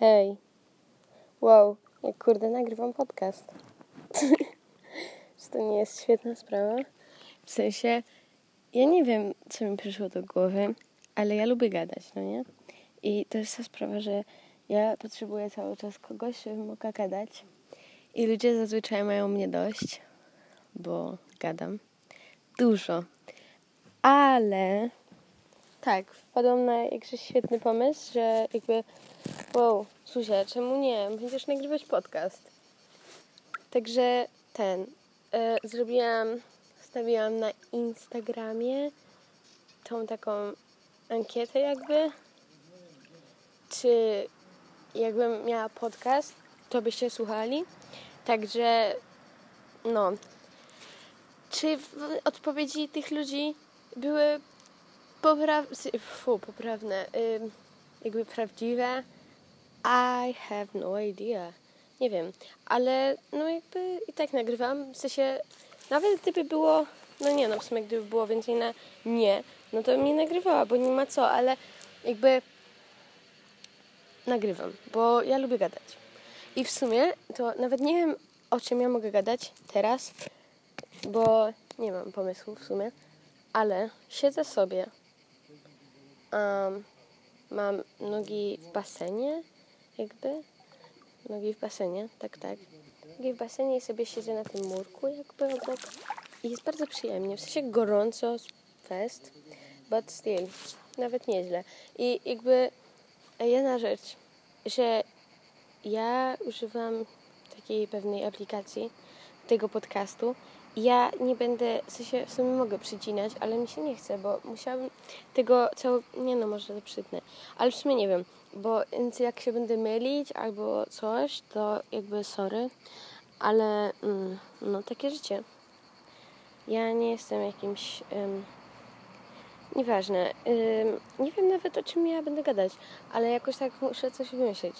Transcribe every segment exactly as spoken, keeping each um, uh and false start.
Hej. Wow, jak kurde nagrywam podcast. Czy to nie jest świetna sprawa? W sensie, ja nie wiem, co mi przyszło do głowy, ale ja lubię gadać, no nie? I to jest ta sprawa, że ja potrzebuję cały czas kogoś, żeby mogła gadać. I ludzie zazwyczaj mają mnie dość, bo gadam dużo. Ale tak, wpadłam na jakiś świetny pomysł, że jakby wow, Zuzia, czemu nie? Będziesz nagrywać podcast. Także ten, e, zrobiłam, stawiłam na Instagramie tą taką ankietę jakby, czy jakbym miała podcast, to byście słuchali. Także, no, czy odpowiedzi tych ludzi były poprawne, fu, poprawne, y, jakby prawdziwe? I have no idea. Nie wiem, ale no jakby i tak nagrywam, w sensie nawet gdyby było, no nie no, w sumie gdyby było więcej na nie, no to bym nie nagrywała, bo nie ma co, ale jakby nagrywam, bo ja lubię gadać. I w sumie to nawet nie wiem, o czym ja mogę gadać teraz, bo nie mam pomysłu w sumie, ale siedzę sobie, um, mam nogi w basenie, jakby, nogi w basenie, tak, tak, nogi w basenie i sobie siedzę na tym murku jakby obok i jest bardzo przyjemnie, w sensie gorąco, fest, but still, nawet nieźle. I jakby jedna rzecz, że ja używam takiej pewnej aplikacji tego podcastu i ja nie będę, w sensie w sumie mogę przycinać, ale mi się nie chce, bo musiałabym tego całego, nie no, może to przytnę, ale w sumie nie wiem, bo więc jak się będę mylić albo coś, to jakby sorry, ale mm, no takie życie. Ja nie jestem jakimś, um, nieważne, um, nie wiem nawet o czym ja będę gadać, ale jakoś tak muszę coś wymyślić.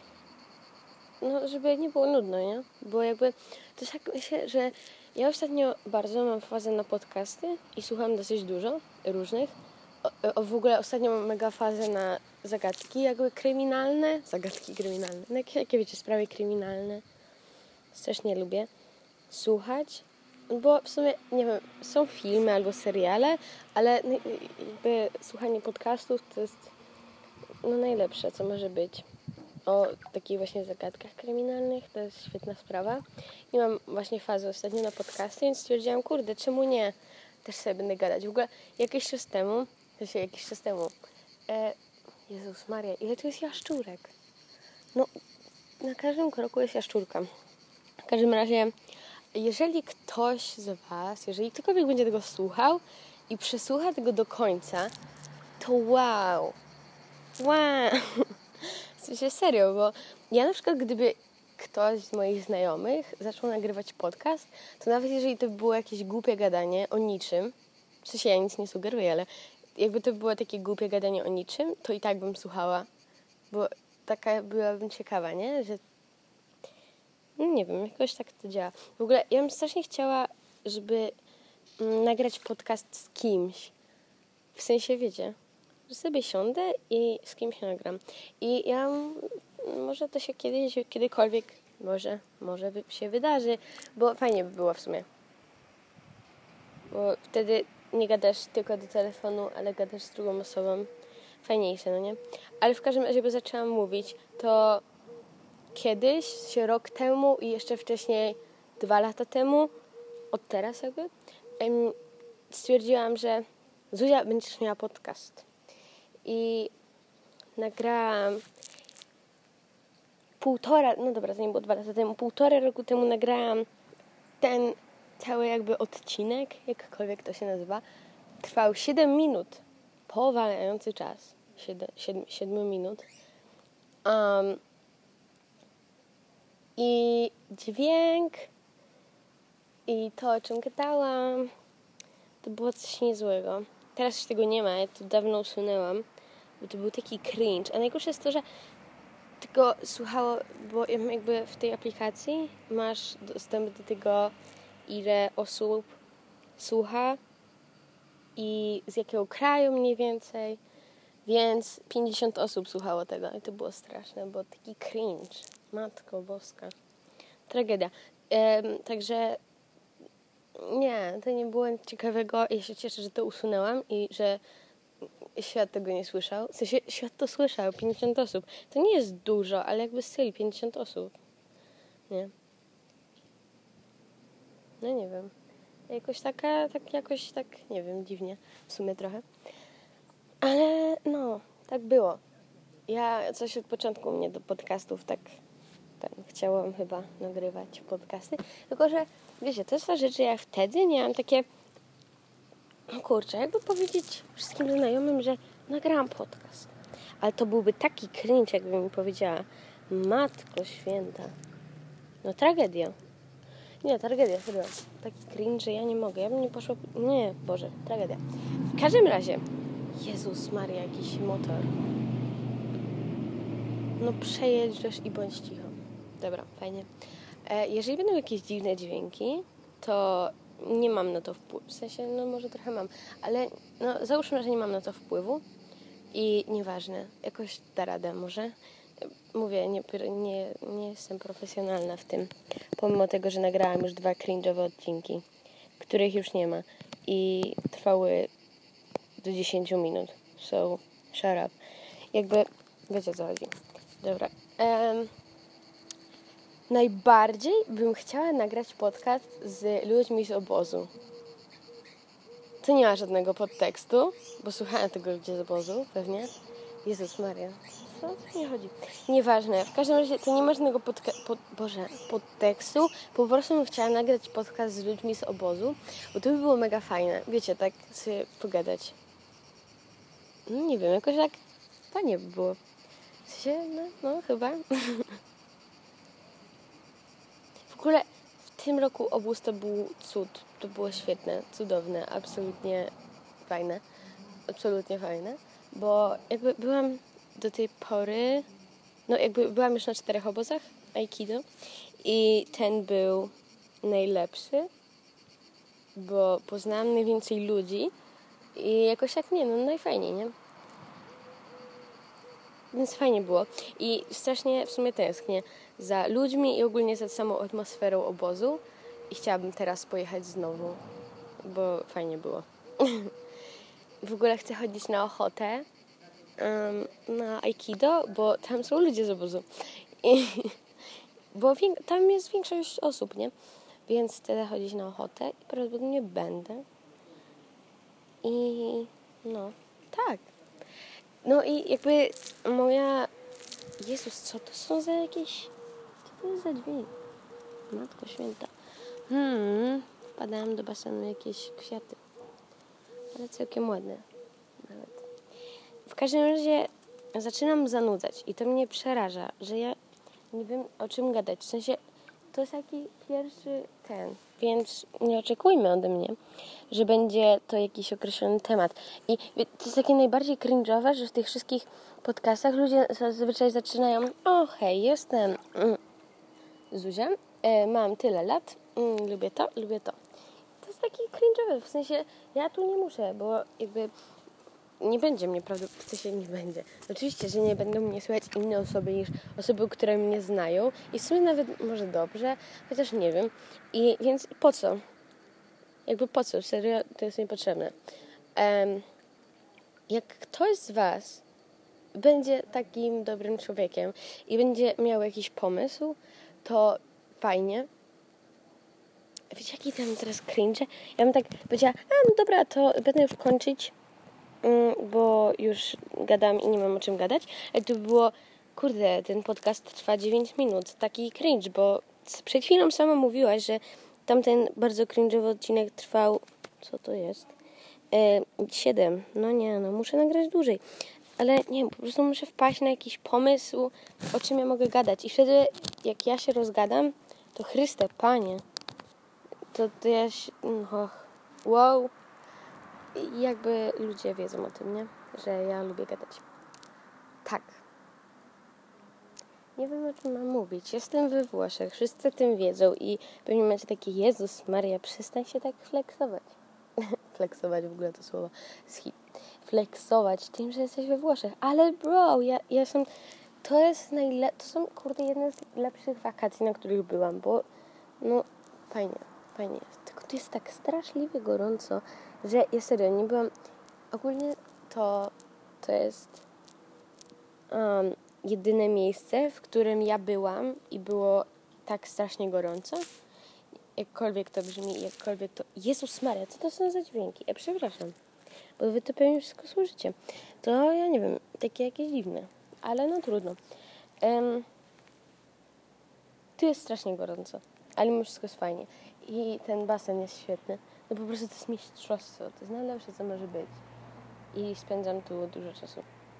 No, żeby nie było nudno, nie? Bo jakby to jest tak, myślę, że ja ostatnio bardzo mam fazę na podcasty i słucham dosyć dużo różnych. O, o, w ogóle ostatnio mam mega fazę na zagadki jakby kryminalne. Zagadki kryminalne. No, jakie, jakie wiecie, sprawy kryminalne. Strasznie lubię słuchać. Bo w sumie, nie wiem, są filmy albo seriale, ale jakby słuchanie podcastów to jest no najlepsze, co może być. O takich właśnie zagadkach kryminalnych, to jest świetna sprawa. I mam właśnie fazę ostatnio na podcasty, więc stwierdziłam, kurde, czemu nie? Też sobie będę gadać. W ogóle jakiś czas temu, to się jakiś czas temu, e, Jezus Maria, ile tu jest jaszczurek? No, na każdym kroku jest jaszczurka. W każdym razie, jeżeli ktoś z was, jeżeli ktokolwiek będzie tego słuchał i przesłucha tego do końca, to wow! Wow! W sensie serio, bo ja na przykład gdyby ktoś z moich znajomych zaczął nagrywać podcast, to nawet jeżeli to było jakieś głupie gadanie o niczym, w sensie ja nic nie sugeruję, ale jakby to było takie głupie gadanie o niczym, to i tak bym słuchała, bo taka byłabym ciekawa, nie? Że no nie wiem, jakoś tak to działa. W ogóle ja bym strasznie chciała, żeby mm, nagrać podcast z kimś. W sensie, wiecie, że sobie siądę i z kimś nagram. I ja może to się kiedyś, kiedykolwiek może, może się wydarzy, bo fajnie by było w sumie. Bo wtedy nie gadasz tylko do telefonu, ale gadasz z drugą osobą. Fajniejsze, no nie? Ale w każdym razie, bo zaczęłam mówić, to kiedyś, się rok temu i jeszcze wcześniej dwa lata temu, od teraz jakby, stwierdziłam, że Zuzia, będziesz miała podcast. I nagrałam półtora, no dobra, to nie było dwa lata temu, półtora roku temu nagrałam ten cały jakby odcinek, jakkolwiek to się nazywa, trwał siedem minut, powalający czas, siedem minut. Um, I dźwięk i to, o czym gadałam, to było coś niezłego. Teraz już tego nie ma, ja to dawno usunęłam, bo to był taki cringe. A najgorsze jest to, że tylko słuchało, bo jakby w tej aplikacji masz dostęp do tego, ile osób słucha i z jakiego kraju mniej więcej. Więc pięćdziesiąt osób słuchało tego i to było straszne, bo taki cringe. Matko boska. Tragedia. Ehm, także nie, to nie było ciekawego. Ja się cieszę, że to usunęłam i że świat tego nie słyszał. W sensie świat to słyszał, pięćdziesiąt osób. To nie jest dużo, ale jakby styl, pięćdziesiąt osób. Nie. No nie wiem. Jakoś taka, tak jakoś tak, nie wiem, dziwnie. W sumie trochę. Ale no, tak było. Ja coś od początku mnie do podcastów tak, tak chciałam chyba nagrywać podcasty. Tylko, że wiecie, to jest ta rzecz, że ja wtedy miałam takie no kurczę, jakby powiedzieć wszystkim znajomym, że nagrałam podcast. Ale to byłby taki cringe, jakby mi powiedziała Matko Święta. No tragedia. Nie, tragedia, serio. Taki cringe, że ja nie mogę. Ja bym nie poszła... Nie, Boże, tragedia. W każdym razie, Jezus Maria, jakiś motor. No przejeżdżasz i bądź cicho. Dobra, fajnie. E, jeżeli będą jakieś dziwne dźwięki, to nie mam na to wpływu. W sensie, no może trochę mam. Ale no załóżmy, że nie mam na to wpływu. I nieważne. Jakoś da radę może. Mówię, nie, nie, nie jestem profesjonalna w tym. Pomimo tego, że nagrałam już dwa cringe'owe odcinki, których już nie ma. I trwały do dziesięciu minut. So, shut up. Jakby, wiecie o co chodzi. Dobra. Um, najbardziej bym chciała nagrać podcast z ludźmi z obozu. To nie ma żadnego podtekstu, bo słuchałem tego ludzie z obozu, pewnie. Jezus Maria. Co tu nie chodzi? Nieważne. W każdym razie to nie ma żadnego podka- pod, Boże, podtekstu. Po prostu bym chciała nagrać podcast z ludźmi z obozu, bo to by było mega fajne. Wiecie, tak sobie pogadać. No nie wiem, jakoś tak fajnie by było. W sensie, no, no chyba. W ogóle w tym roku obóz to był cud. To było świetne, cudowne, absolutnie fajne. Absolutnie fajne. Bo jakby byłam do tej pory, no jakby byłam już na czterech obozach Aikido i ten był najlepszy, bo poznałam najwięcej ludzi i jakoś tak, nie no, najfajniej, nie? Więc fajnie było i strasznie w sumie tęsknię za ludźmi i ogólnie za samą atmosferą obozu i chciałabym teraz pojechać znowu, bo fajnie było. W ogóle chcę chodzić na ochotę, um, na Aikido, bo tam są ludzie z obozu. I, bo wiek- tam jest większość osób, nie? Więc chcę chodzić na ochotę i prawdopodobnie będę. I no, tak. No i jakby moja... Jezus, co to są za jakieś... Co to jest za dźwięk? Matko Święta. Hmm, wpadałem do basenu jakieś kwiaty. Ale całkiem ładne. Nawet. W każdym razie zaczynam zanudzać i to mnie przeraża, że ja nie wiem o czym gadać. W sensie to jest taki pierwszy ten, więc nie oczekujmy ode mnie, że będzie to jakiś określony temat. I to jest takie najbardziej cringe'owe, że w tych wszystkich podcastach ludzie zazwyczaj zaczynają: o hej, jestem mm, Zuzia, e, mam tyle lat, mm, lubię to, lubię to. To jest taki cringe'owy, w sensie ja tu nie muszę, bo jakby nie będzie mnie, prawda, w sensie nie będzie. Oczywiście, że nie będą mnie słuchać inne osoby niż osoby, które mnie znają i w sumie nawet może dobrze, chociaż nie wiem. I więc po co? Jakby po co? Serio, to jest niepotrzebne. Um, jak ktoś z was będzie takim dobrym człowiekiem i będzie miał jakiś pomysł, to fajnie. Wiecie, jaki tam teraz cringe? Ja bym tak powiedziała: a no dobra, to będę już kończyć, bo już gadam i nie mam o czym gadać. Ale to by było, kurde, ten podcast trwa dziewięć minut. Taki cringe, bo przed chwilą sama mówiłaś, że tamten bardzo cringe'owy odcinek trwał, co to jest? E, siedem. No nie, no muszę nagrać dłużej. Ale nie wiem, po prostu muszę wpaść na jakiś pomysł, o czym ja mogę gadać. I wtedy, jak ja się rozgadam, to Chryste, Panie, to, to ja się... Och, wow. I jakby ludzie wiedzą o tym, nie? Że ja lubię gadać. Tak. Nie wiem, o czym mam mówić. Jestem we Włoszech. Wszyscy o tym wiedzą i pewnie macie takie: Jezus Maria, przestań się tak flexować. Flexować w ogóle to słowo z hit. flexować tym, że jesteś we Włoszech. Ale bro, ja, ja jestem... To jest najle... To są, kurde, jedne z lepszych wakacji, na których byłam, bo no fajnie, fajnie jest. Tylko to jest tak straszliwie gorąco, że ja serio nie byłam... Ogólnie to, to jest um, jedyne miejsce, w którym ja byłam i było tak strasznie gorąco. Jakkolwiek to brzmi, jakkolwiek to... Jezus Maria, co to są za dźwięki? Ja przepraszam, bo wy to pewnie wszystko słyszycie. To ja nie wiem, takie jakieś dziwne, ale no trudno. Um, tu jest strasznie gorąco, ale mimo wszystko jest fajnie. I ten basen jest świetny. No po prostu to jest mistrzostwo, to jest najlepsze, co może być. I spędzam tu dużo czasu.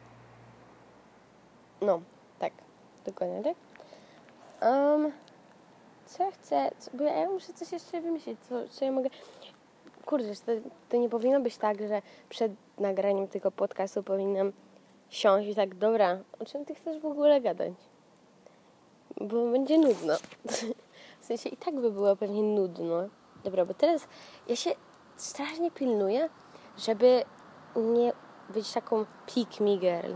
No, tak, dokładnie tak. Um, co ja chcę, co, bo ja, ja muszę coś jeszcze wymyślić, co, co ja mogę... Kurde, to, to nie powinno być tak, że przed nagraniem tego podcastu powinnam siąść i tak, dobra, o czym ty chcesz w ogóle gadać? Bo będzie nudno. W sensie i tak by było pewnie nudno. Dobra, bo teraz ja się strasznie pilnuję, żeby nie być taką pick me girl.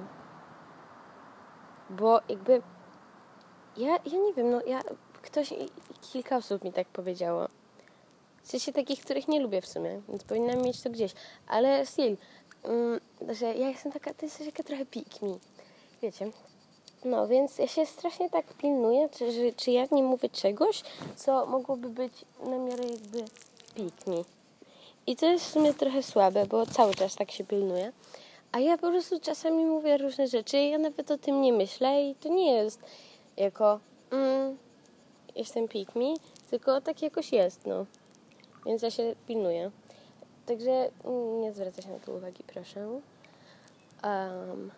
Bo jakby ja, ja nie wiem, no ja ktoś, kilka osób mi tak powiedziało. W sensie takich, których nie lubię w sumie, więc powinnam mieć to gdzieś. Ale still, um, że ja jestem taka, to jest taka trochę pick me. Wiecie? No, więc ja się strasznie tak pilnuję, czy, że, czy ja nie mówię czegoś, co mogłoby być na miarę jakby pick me. I to jest w sumie trochę słabe, bo cały czas tak się pilnuję. A ja po prostu czasami mówię różne rzeczy i ja nawet o tym nie myślę i to nie jest jako mm, jestem pick me, tylko tak jakoś jest, no. Więc ja się pilnuję. Także nie zwracaj się na to uwagi, proszę. Um,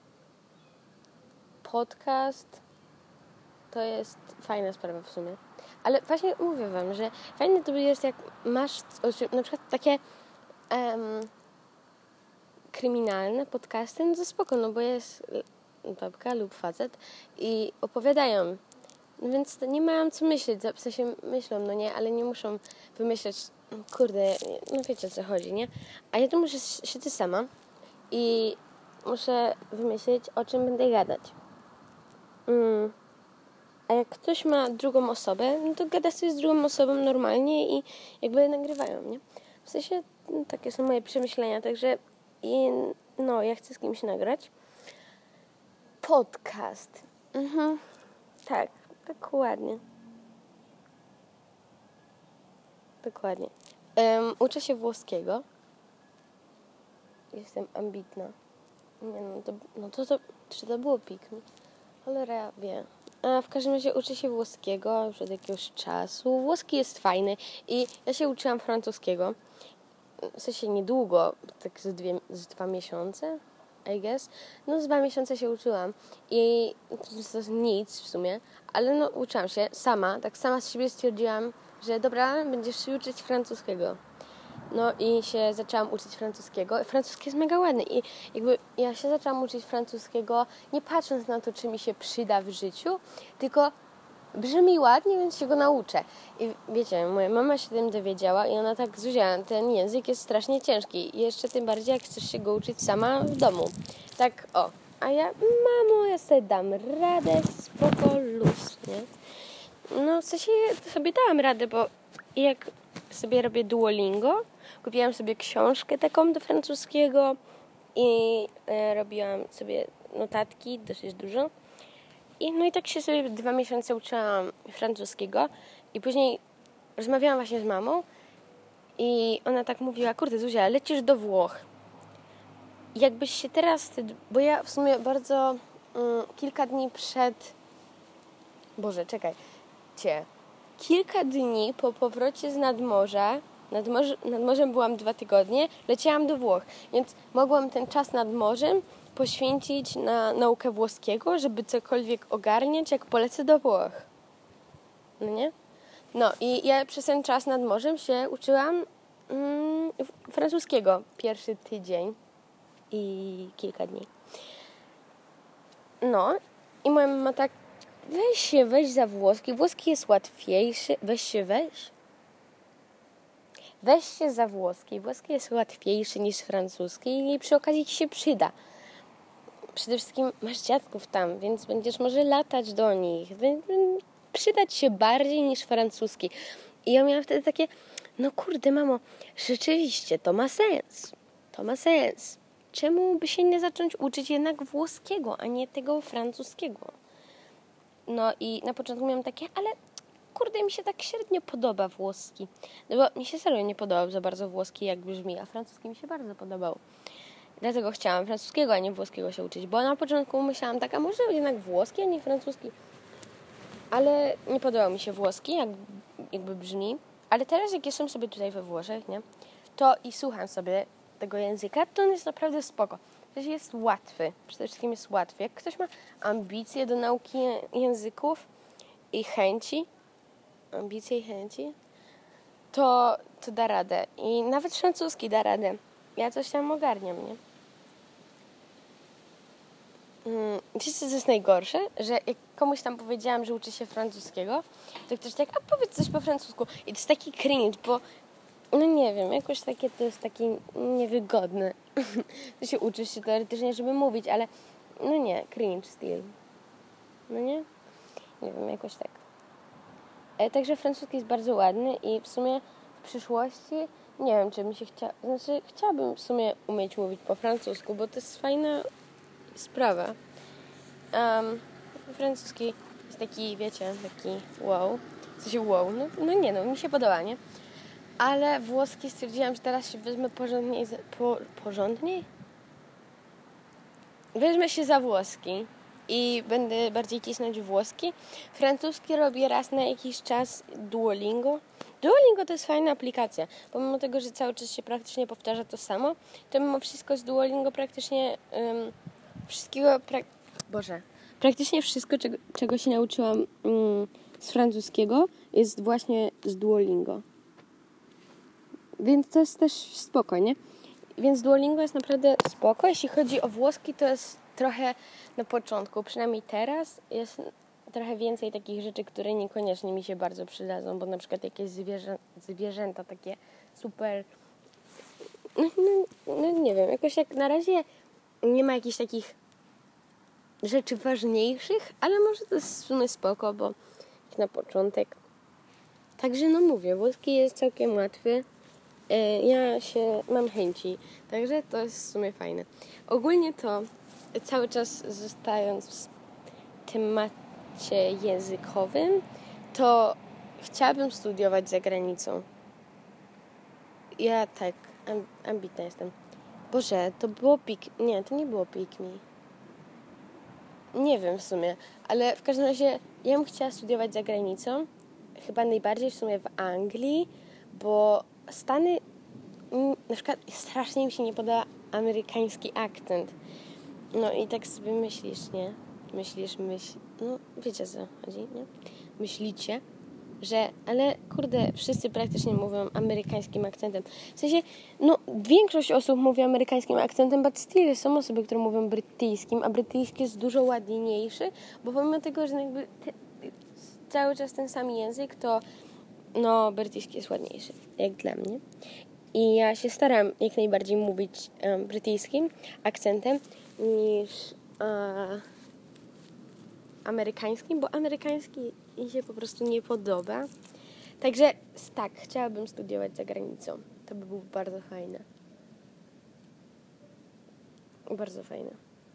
podcast to jest fajna sprawa w sumie. Ale właśnie mówię wam, że fajne to jest, jak masz na przykład takie um, kryminalne podcasty, no to spoko, no bo jest babka lub facet i opowiadają. No więc nie mają co myśleć, w sensie myślą, no nie, ale nie muszą wymyśleć, kurde, no wiecie o co chodzi, nie? A ja tu muszę siedzieć sama i muszę wymyślić, o czym będę gadać. Mm. A jak ktoś ma drugą osobę, no to gada sobie z drugą osobą normalnie i jakby nagrywają, nie? W sensie, no, takie są moje przemyślenia, także i, no, ja chcę z kimś nagrać. Podcast. Mhm. Tak, dokładnie. Dokładnie. Um, uczę się włoskiego. Jestem ambitna. Nie no, to, no to, to czy to było pick me? Cholera wie. A w każdym razie uczę się włoskiego już od jakiegoś czasu. Włoski jest fajny i ja się uczyłam francuskiego. W sensie niedługo, tak z, dwie, z dwa miesiące, I guess. No z dwa miesiące się uczyłam i to jest nic w sumie, ale no uczyłam się sama, tak sama z siebie stwierdziłam, że dobra, będziesz się uczyć francuskiego. No i się zaczęłam uczyć francuskiego. Francuski jest mega ładny i jakby ja się zaczęłam uczyć francuskiego nie patrząc na to, czy mi się przyda w życiu, tylko brzmi ładnie, więc się go nauczę. I wiecie, moja mama się tym dowiedziała i ona tak, Zuzia, ten język jest strasznie ciężki. I jeszcze tym bardziej, jak chcesz się go uczyć sama w domu. Tak, o. A ja, mamo, ja sobie dam radę, spoko, luz, nie? No, w sensie sobie dałam radę, bo jak sobie robię Duolingo, kupiłam sobie książkę taką do francuskiego i e, robiłam sobie notatki, dosyć dużo. I no i tak się sobie dwa miesiące uczyłam francuskiego i później rozmawiałam właśnie z mamą i ona tak mówiła, kurde Zuzia, lecisz do Włoch. I jakbyś się teraz, bo ja w sumie bardzo mm, kilka dni przed, Boże, czekaj, Cie, kilka dni po powrocie z nadmorza, nad, morze, nad morzem byłam dwa tygodnie, leciałam do Włoch, więc mogłam ten czas nad morzem poświęcić na naukę włoskiego, żeby cokolwiek ogarniać, jak polecę do Włoch. No nie? No i ja przez ten czas nad morzem się uczyłam mm, francuskiego. Pierwszy tydzień i kilka dni. No i moja mama tak, weź się, weź za włoski. Włoski jest łatwiejszy. Weź się, weź. weź się za włoski. Włoski jest łatwiejszy niż francuski i przy okazji ci się przyda. Przede wszystkim masz dziadków tam, więc będziesz może latać do nich. Przydać się bardziej niż francuski. I ja miałam wtedy takie, no kurde mamo, rzeczywiście to ma sens. To ma sens. Czemu by się nie zacząć uczyć jednak włoskiego, a nie tego francuskiego? No i na początku miałam takie, ale kurde, mi się tak średnio podoba włoski. No bo mi się serio nie podobał za bardzo włoski, jak brzmi, a francuski mi się bardzo podobał. Dlatego chciałam francuskiego, a nie włoskiego się uczyć, bo na początku myślałam tak, a może jednak włoski, a nie francuski. Ale nie podobał mi się włoski, jak, jakby brzmi. Ale teraz, jak jestem sobie tutaj we Włoszech, nie, to i słucham sobie tego języka, to on jest naprawdę spoko. Przecież jest łatwy. Przede wszystkim jest łatwy. Jak ktoś ma ambicje do nauki języków i chęci, ambicje i chęci, to, to da radę. I nawet francuski da radę. Ja coś tam ogarniam, nie? Hmm, wiecie, co jest najgorsze? Że jak komuś tam powiedziałam, że uczy się francuskiego, to ktoś tak, a powiedz coś po francusku. I to jest taki cringe, bo no nie wiem, jakoś takie to jest takie niewygodne. Ty się uczysz się teoretycznie, żeby mówić, ale no nie, cringe still. No nie? Nie wiem, jakoś tak. E, także francuski jest bardzo ładny i w sumie w przyszłości nie wiem, czy mi się chciała... Znaczy, chciałabym w sumie umieć mówić po francusku, bo to jest fajna sprawa. Um, francuski jest taki, wiecie, taki wow. W sensie wow, no, no nie no, mi się podoba, nie? Ale włoski stwierdziłam, że teraz się wezmę porządniej... Za, po, porządniej? Wezmę się za włoski i będę bardziej cisnąć włoski. Francuski robię raz na jakiś czas Duolingo. Duolingo to jest fajna aplikacja. Pomimo tego, że cały czas się praktycznie powtarza to samo, to mimo wszystko z Duolingo praktycznie um, wszystkiego... Pra- Boże. Praktycznie wszystko, czego, czego się nauczyłam um, z francuskiego, jest właśnie z Duolingo. Więc to jest też spoko, nie? Więc Duolingo jest naprawdę spoko. Jeśli chodzi o włoski, to jest trochę na początku. Przynajmniej teraz jest trochę więcej takich rzeczy, które niekoniecznie mi się bardzo przydadzą, bo na przykład jakieś zwierzę, zwierzęta takie super... No, no, no nie wiem, jakoś jak na razie nie ma jakichś takich rzeczy ważniejszych, ale może to jest w sumie spoko, bo na początek. Także no mówię, włoski jest całkiem łatwy. Ja się mam chęci, także to jest w sumie fajne. Ogólnie to cały czas zostając w temacie językowym, to chciałabym studiować za granicą. Ja tak, ambitna jestem. Boże, to było Pick... Nie, to nie było Pick Me. Nie wiem w sumie, ale w każdym razie ja bym chciała studiować za granicą. Chyba najbardziej w sumie w Anglii, bo Stany, na przykład strasznie mi się nie podoba amerykański akcent. No i tak sobie myślisz, nie? Myślisz, myśl... No wiecie, co chodzi, nie? Myślicie, że... Ale kurde, wszyscy praktycznie mówią amerykańskim akcentem. W sensie, no większość osób mówi amerykańskim akcentem, but still są osoby, które mówią brytyjskim, a brytyjski jest dużo ładniejszy, bo pomimo tego, że jakby te, cały czas ten sam język, to no brytyjski jest ładniejszy, jak dla mnie. I ja się staram jak najbardziej mówić um, brytyjskim akcentem niż uh, amerykańskim, bo amerykański mi się po prostu nie podoba. Także tak, chciałabym studiować za granicą. To by było bardzo fajne. Bardzo fajne.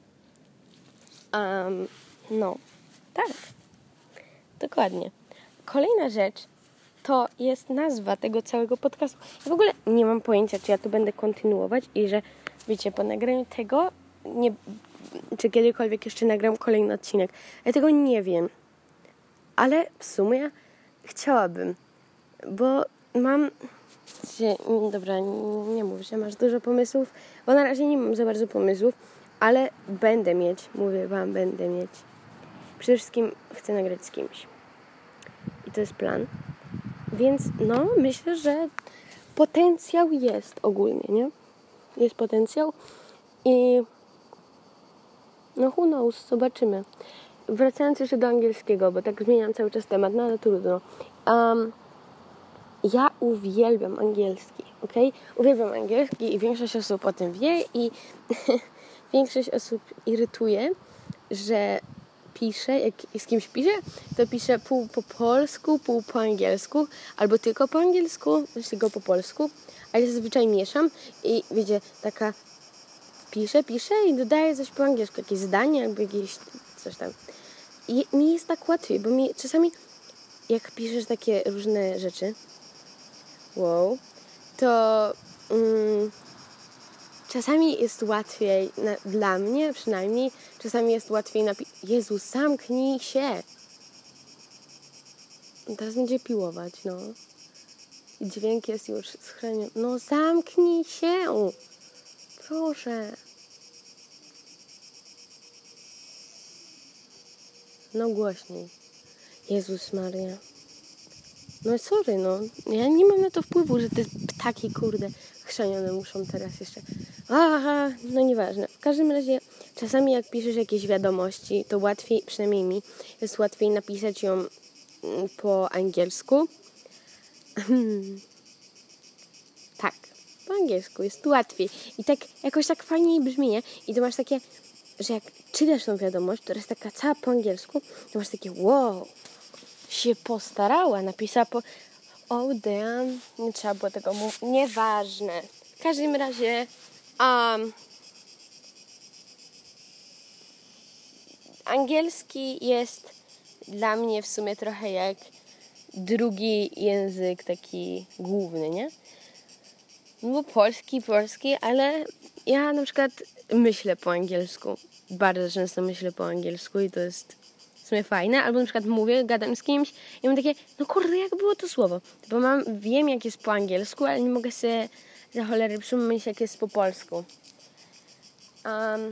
Um, no, tak. Dokładnie. Kolejna rzecz to jest nazwa tego całego podcastu. Ja w ogóle nie mam pojęcia, czy ja tu będę kontynuować i że, wiecie, po nagraniu tego, nie, czy kiedykolwiek jeszcze nagram kolejny odcinek. Ja tego nie wiem. Ale w sumie chciałabym, bo mam... Dobra, nie mów, że masz dużo pomysłów, bo na razie nie mam za bardzo pomysłów, ale będę mieć, mówię wam, będę mieć. Przede wszystkim chcę nagrać z kimś. I to jest plan. Więc no, myślę, że potencjał jest ogólnie, nie? Jest potencjał i no who knows, zobaczymy. Wracając jeszcze do angielskiego, bo tak zmieniam cały czas temat, no ale trudno. Um, ja uwielbiam angielski, okej? Okay? Uwielbiam angielski i większość osób o tym wie i większość osób irytuje, że pisze, jak z kimś pisze, to pisze pół po polsku, pół po angielsku, albo tylko po angielsku, tylko po polsku, a ja zazwyczaj mieszam i wiecie, taka pisze, pisze i dodaje coś po angielsku, jakieś zdanie albo jakieś coś tam. I mi jest tak łatwiej, bo mi czasami jak piszesz takie różne rzeczy, wow, to mm, czasami jest łatwiej, na, dla mnie przynajmniej, czasami jest łatwiej napisać, Jezu, zamknij się. Teraz będzie piłować, no. I dźwięk jest już schroniony. No zamknij się. Proszę. No głośniej. Jezus Maria. No sorry, no. Ja nie mam na to wpływu, że te ptaki, kurde, chrzanione muszą teraz jeszcze. Aha, no nieważne. W każdym razie, czasami jak piszesz jakieś wiadomości, to łatwiej, przynajmniej mi, jest łatwiej napisać ją po angielsku. Tak, po angielsku jest łatwiej. I tak jakoś tak fajniej brzmi, nie? I to masz takie, że jak czytasz tą wiadomość, która jest taka cała po angielsku, to masz takie wow, się postarała, napisała po... Oh damn, nie trzeba było tego mówić. Nieważne. W każdym razie um, angielski jest dla mnie w sumie trochę jak drugi język taki główny, nie? No bo polski, polski, ale ja na przykład myślę po angielsku. Bardzo często myślę po angielsku i to jest w sumie fajne. Albo na przykład mówię, gadam z kimś i mam takie, no kurde, jak było to słowo? Bo mam, wiem jak jest po angielsku, ale nie mogę sobie za cholerę przypomnieć jak jest po polsku. Um,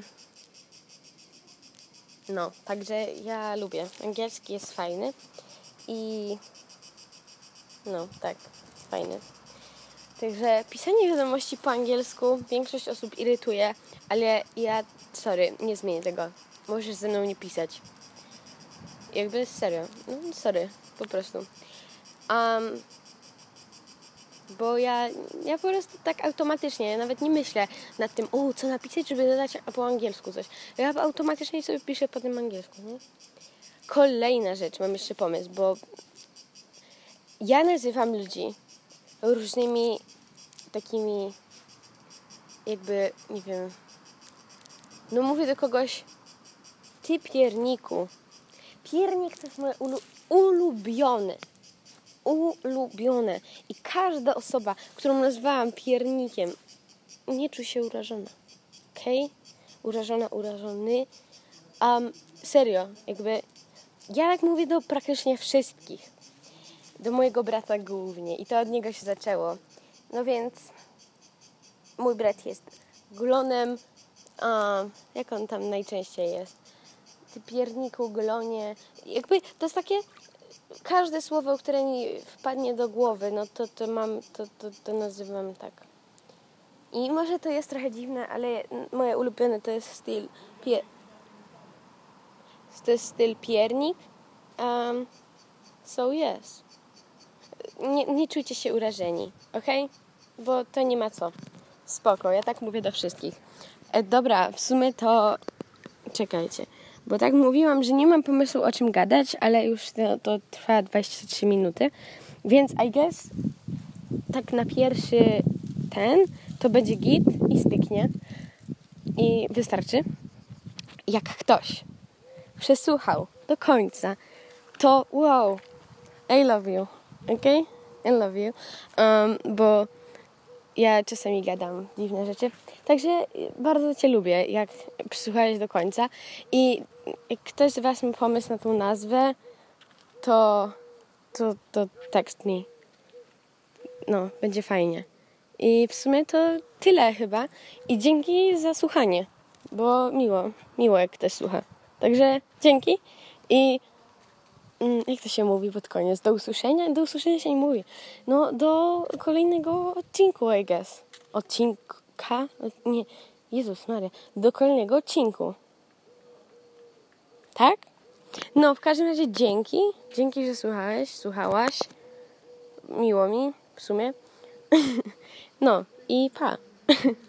no, także ja lubię. Angielski jest fajny i no, tak, fajny. Także pisanie wiadomości po angielsku większość osób irytuje, ale ja, sorry, nie zmienię tego. Możesz ze mną nie pisać. Jakby serio. No, sorry, po prostu. Um, bo ja, ja po prostu tak automatycznie, ja nawet nie myślę nad tym, o, co napisać, żeby dodać po angielsku coś. Ja automatycznie sobie piszę po tym angielsku, nie? Kolejna rzecz, mam jeszcze pomysł, bo ja nazywam ludzi różnymi takimi jakby, nie wiem, no mówię do kogoś, ty pierniku. Piernik to jest moje ulu- ulubione. Ulubione. I każda osoba, którą nazwałam piernikiem, nie czuł się urażona. Okej? Okay? Urażona, urażony. Um, serio, jakby ja tak mówię do praktycznie wszystkich. Do mojego brata głównie. I to od niego się zaczęło. No więc mój brat jest glonem. A, jak on tam najczęściej jest? Ty pierniku, glonie. Jakby to jest takie każde słowo, które mi wpadnie do głowy, no to, to mam, to, to, to nazywam tak. I może to jest trochę dziwne, ale moje ulubione to jest styl pier... to jest styl piernik. Um, so yes. Nie, nie czujcie się urażeni, okej? Okay? Bo to nie ma co. Spoko, ja tak mówię do wszystkich. E, dobra, w sumie to... Czekajcie. Bo tak mówiłam, że nie mam pomysłu o czym gadać, ale już to, to trwa dwadzieścia trzy minuty. Więc I guess tak na pierwszy ten to będzie git i styknie. I wystarczy. Jak ktoś przesłuchał do końca, to wow, I love you. Okay? I love you. Um, bo ja czasami gadam dziwne rzeczy. Także bardzo Cię lubię, jak przysłuchałeś do końca. I jak ktoś z Was ma pomysł na tą nazwę, to, to, to text me. No, będzie fajnie. I w sumie to tyle chyba. I dzięki za słuchanie, bo miło, miło jak ktoś słucha. Także dzięki i mm, jak to się mówi pod koniec? Do usłyszenia? Do usłyszenia się nie mówi. No, do kolejnego odcinku, I guess. Odcinka? Nie, Jezus Maria. Do kolejnego odcinku. Tak? No, w każdym razie dzięki. Dzięki, że słuchałeś, słuchałaś. miło mi w sumie. No i pa.